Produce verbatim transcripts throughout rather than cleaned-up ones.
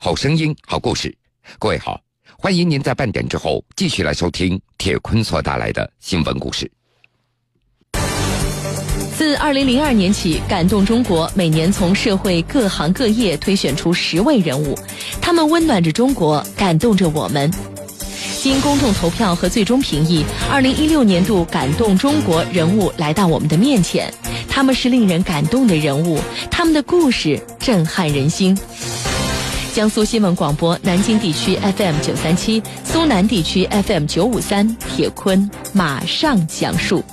好声音，好故事。各位好，欢迎您在半点之后继续来收听铁坤所带来的新闻故事。 自二零零二年起，感动中国每年从社会各行各业推选出十位人物，他们温暖着中国，感动着我们。经公众投票和最终评议，二零一六年度感动中国人物来到我们的面前，他们是令人感动的人物，他们的故事震撼人心。江苏新闻广播南京地区 F M 九三七，苏南地区 F M 九五三，铁坤马上讲述。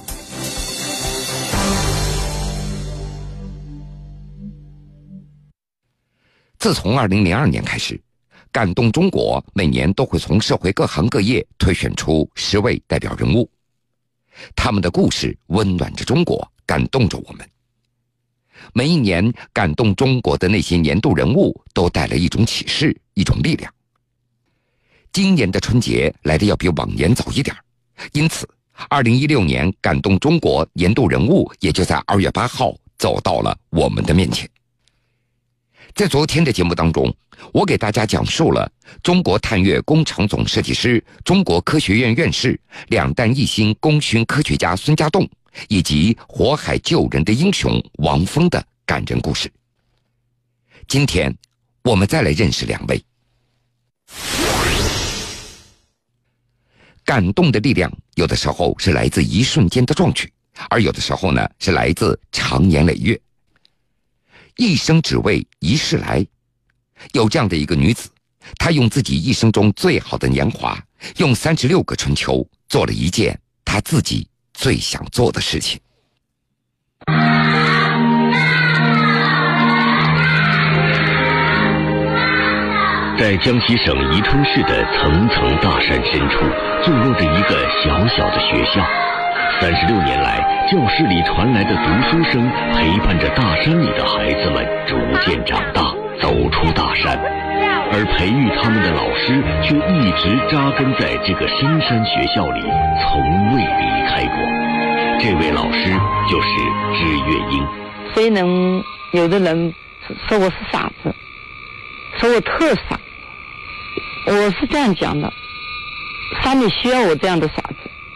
自从二零零二年开始，感动中国每年都会从社会各行各业推选出十位代表人物，他们的故事温暖着中国，感动着我们。每一年感动中国的那些年度人物都带来一种启示，一种力量。今年的春节来得要比往年早一点，因此二零一六年感动中国年度人物也就在二月八号走到了我们的面前。在昨天的节目当中，我给大家讲述了中国探月工程总设计师、中国科学院院士、两弹一星功勋科学家孙家栋以及火海救人的英雄王峰的感人故事。今天我们再来认识两位。感动的力量有的时候是来自一瞬间的壮举，而有的时候呢是来自长年累月。一生只为一世来，有这样的一个女子，她用自己一生中最好的年华，用三十六个春秋，做了一件她自己最想做的事情。 在江西省宜春市的层层大山深处，坐落着一个小小的学校。三十六年来，教室里传来的读书声陪伴着大山里的孩子们逐渐长大，走出大山，而培育他们的老师却一直扎根在这个深山学校里，从未离开过。这位老师就是支月英。 谁能有的人说我是傻子，说我特傻，我是这样讲的，山里需要我这样的傻子。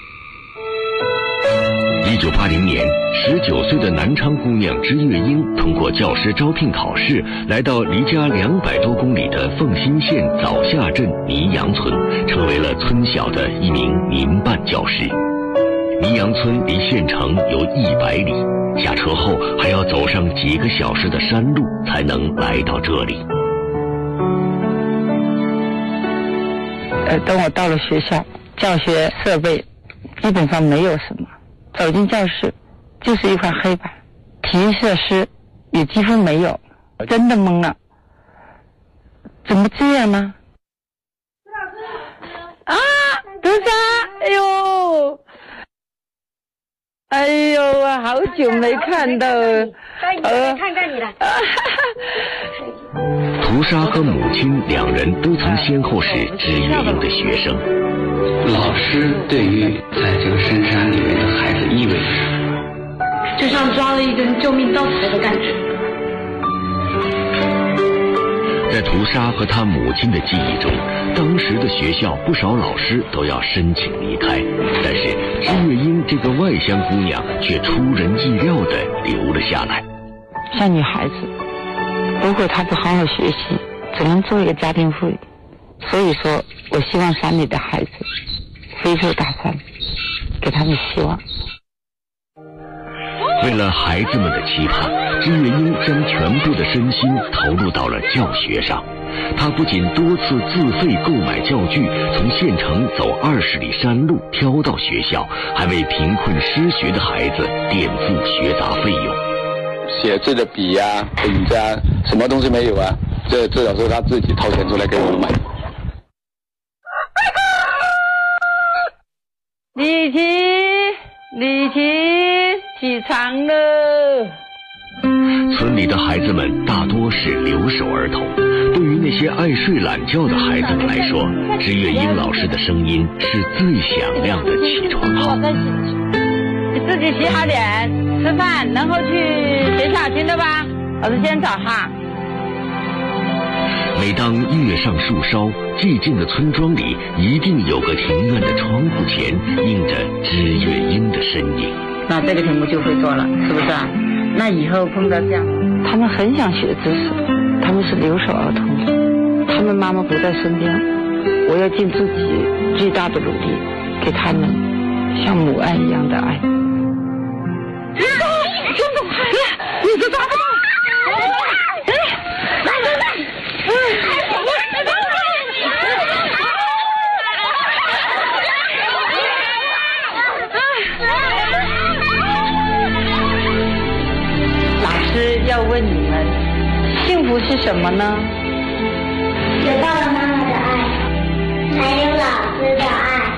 一九八零年，十九岁的南昌姑娘支月英通过教师招聘考试，来到离家两百多公里的凤新县枣下镇泥阳村，成为了村小的一名民办教师。泥阳村离县城有一百里，下车后还要走上几个小时的山路才能来到这里。 呃，等我到了学校，教学设备基本上没有什么。走进教室，就是一块黑板，体育设施也几乎没有，真的懵了，怎么这样呢？啊，德莎，哎呦，哎呦啊，好久没看到，呃， 看看你了。 屠杀和母亲两人都曾先后是支月英的学生。 老师对于在这个深山里面的孩子意味着什么？ 就像抓了一根救命稻草的感觉。 在屠杀和他母亲的记忆中，当时的学校不少老师都要申请离开，但是支月英这个外乡姑娘却出人意料地留了下来。 像女孩子，如果她不好好学习，只能做一个家庭妇女。所以说我希望山里的孩子飞出大山，给他们希望。 为了孩子们的期盼，支月英将全部的身心投入到了教学上。她不仅多次自费购买教具，从县城走二十里山路挑到学校，还为贫困失学的孩子垫付学杂费用。 写字的笔啊、本子啊，什么东西没有啊？这至少是他自己掏钱出来给我买。 李琦，李琦，起床了。 村里的孩子们大多是留守儿童，对于那些爱睡懒觉的孩子们来说，支月英老师的声音是最响亮的起床号。 你自己洗好脸，吃饭，然后去学校，听到吧？老师先走哈。 每当月上树梢，寂静的村庄里一定有个庭院的窗户前映着知月英的身影。 那这个题目就会做了，是不是啊？那以后碰到这样，他们很想学知识，他们是留守儿童，他们妈妈不在身边，我要尽自己最大的努力，给他们像母爱一样的爱。你走，孙总，你你这抓不到。要问你们，幸福是什么呢？ 有爸爸妈妈的爱，还有老师的爱。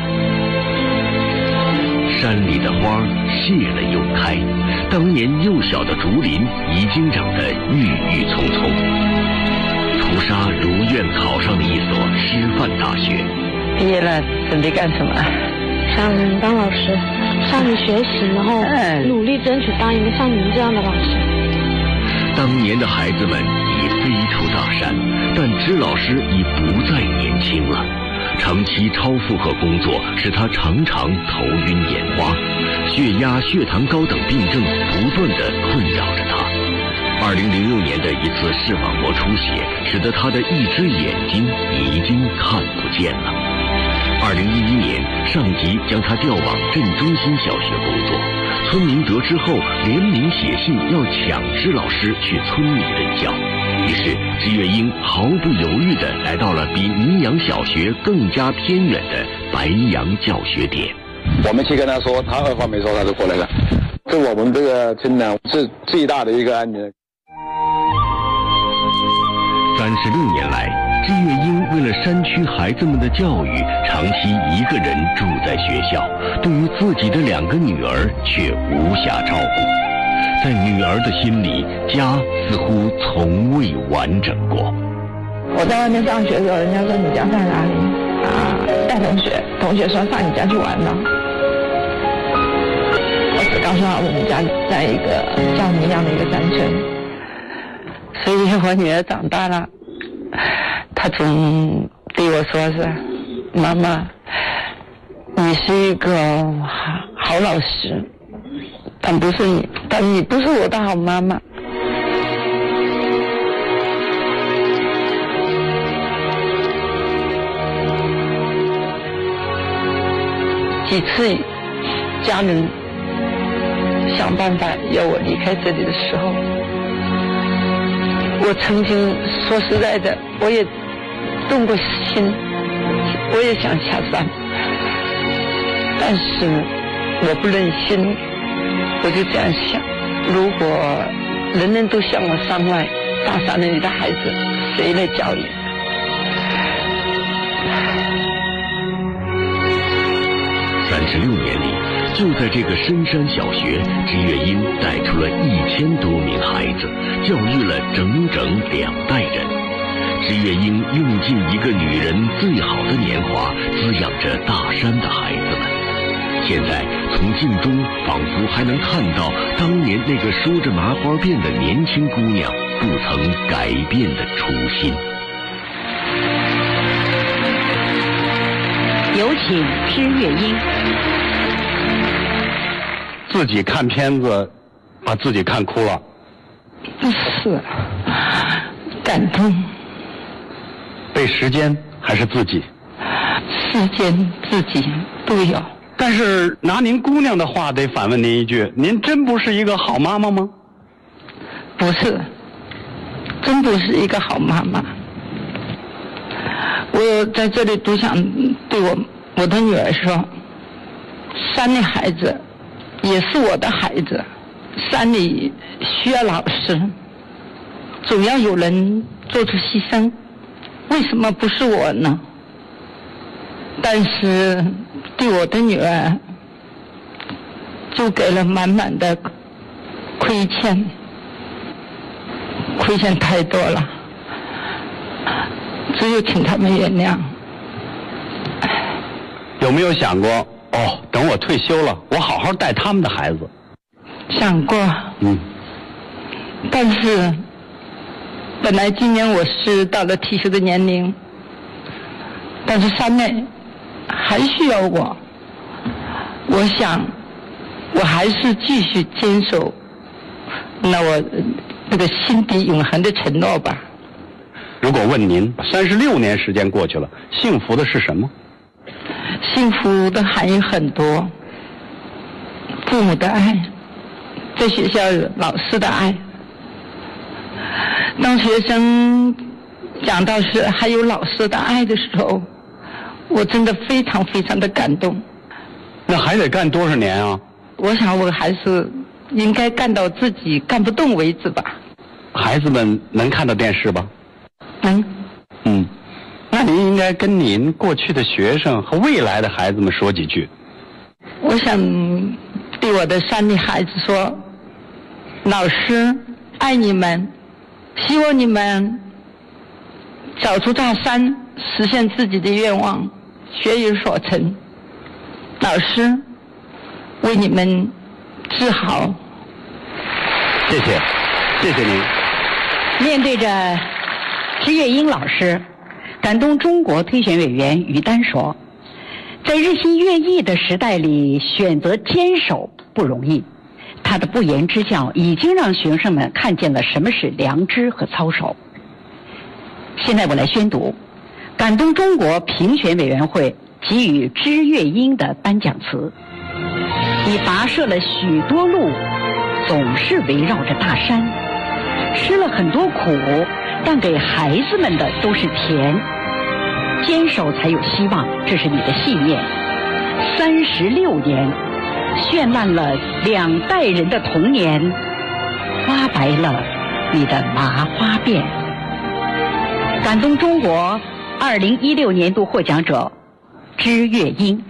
山里的花谢了又开，当年幼小的竹林已经长得郁郁葱葱。屠莎如愿考上了一所师范大学。 毕业了，准备干什么？ 想当老师，上去学习，然后努力争取当一个像您这样的老师。 当年的孩子们已飞出大山，但支老师已不再年轻了。长期超负荷工作使他常常头晕眼花，血压、血糖高等病症不断地困扰着他。二零零六年的一次视网膜出血，使得他的一只眼睛已经看不见了。二零一一年，上级将他调往镇中心小学工作。村民得知后，联名写信要强制老师去村里任教。于是，支月英毫不犹豫地来到了比民阳小学更加偏远的白杨教学点。 我们去跟他说，他二话没说，他就过来了。这我们这个村呢是最大的一个案件。 三十六年来，支月英为了山区孩子们的教育，长期一个人住在学校，对于自己的两个女儿却无暇照顾。在女儿的心里，家似乎从未完整过。 我在外面上学的时候，人家说你家在哪里啊？带同学，同学说上你家去玩了。我只告诉他我们家在一个叫民阳的一个山村。所以我女儿长大了，她总对我说是妈妈，你是一个好好老师，但不是你，但你不是我的好妈妈。几次家人想办法要我离开这里的时候，我曾经说实在的，我也动过心，我也想下山，但是我不忍心，我就这样想，如果人人都像我山外大山里的孩子，谁来教育？ 三十六年里，就在这个深山小学，支月英带出了一千多名孩子，教育了整整两代人。支月英用尽一个女人最好的年华，滋养着大山的孩子们。现在从镜中仿佛还能看到当年那个梳着麻花辫的年轻姑娘不曾改变的初心。 有请支月英。 自己看片子，把自己看哭了。 是，感动。 被时间还是自己？ 时间、自己都有。 但是拿您姑娘的话得反问您一句：您真不是一个好妈妈吗？ 不是，真不是一个好妈妈。我在这里都想对我我的女儿说，山里孩子也是我的孩子，山里需要老师，总要有人做出牺牲，为什么不是我呢？但是对我的女儿就给了满满的亏欠，亏欠太多了，只有请他们原谅。 有没有想过，哦，等我退休了，我好好带他们的孩子？ 想过， 嗯， 但是本来今年我是到了退休的年龄，但是山内还需要我，我想我还是继续坚守那我这个心底永恒的承诺吧。 如果问您，三十六年时间过去了，幸福的是什么？ 幸福的含义很多，父母的爱，在学校老师的爱。当学生讲到是还有老师的爱的时候，我真的非常非常的感动。 那还得干多少年啊？ 我想我还是应该干到自己干不动为止吧。 孩子们能看到电视吧？ 能。 嗯，那您应该跟您过去的学生和未来的孩子们说几句。 我想对我的山里孩子说，老师爱你们，希望你们找出大山，实现自己的愿望，学有所成。老师为你们自豪。 谢谢，谢谢您。 面对着支月英老师，感动中国推选委员于丹说，在日新月异的时代里，选择坚守不容易。他的不言之教已经让学生们看见了什么是良知和操守。现在我来宣读感动中国评选委员会给予支月英的颁奖词。你跋涉了许多路，总是围绕着大山，吃了很多苦，但给孩子们的都是甜。坚守才有希望，这是你的信念。三十六年，绚烂了两代人的童年，花白了你的麻花辫。感动中国二零一六年度获奖者支月英。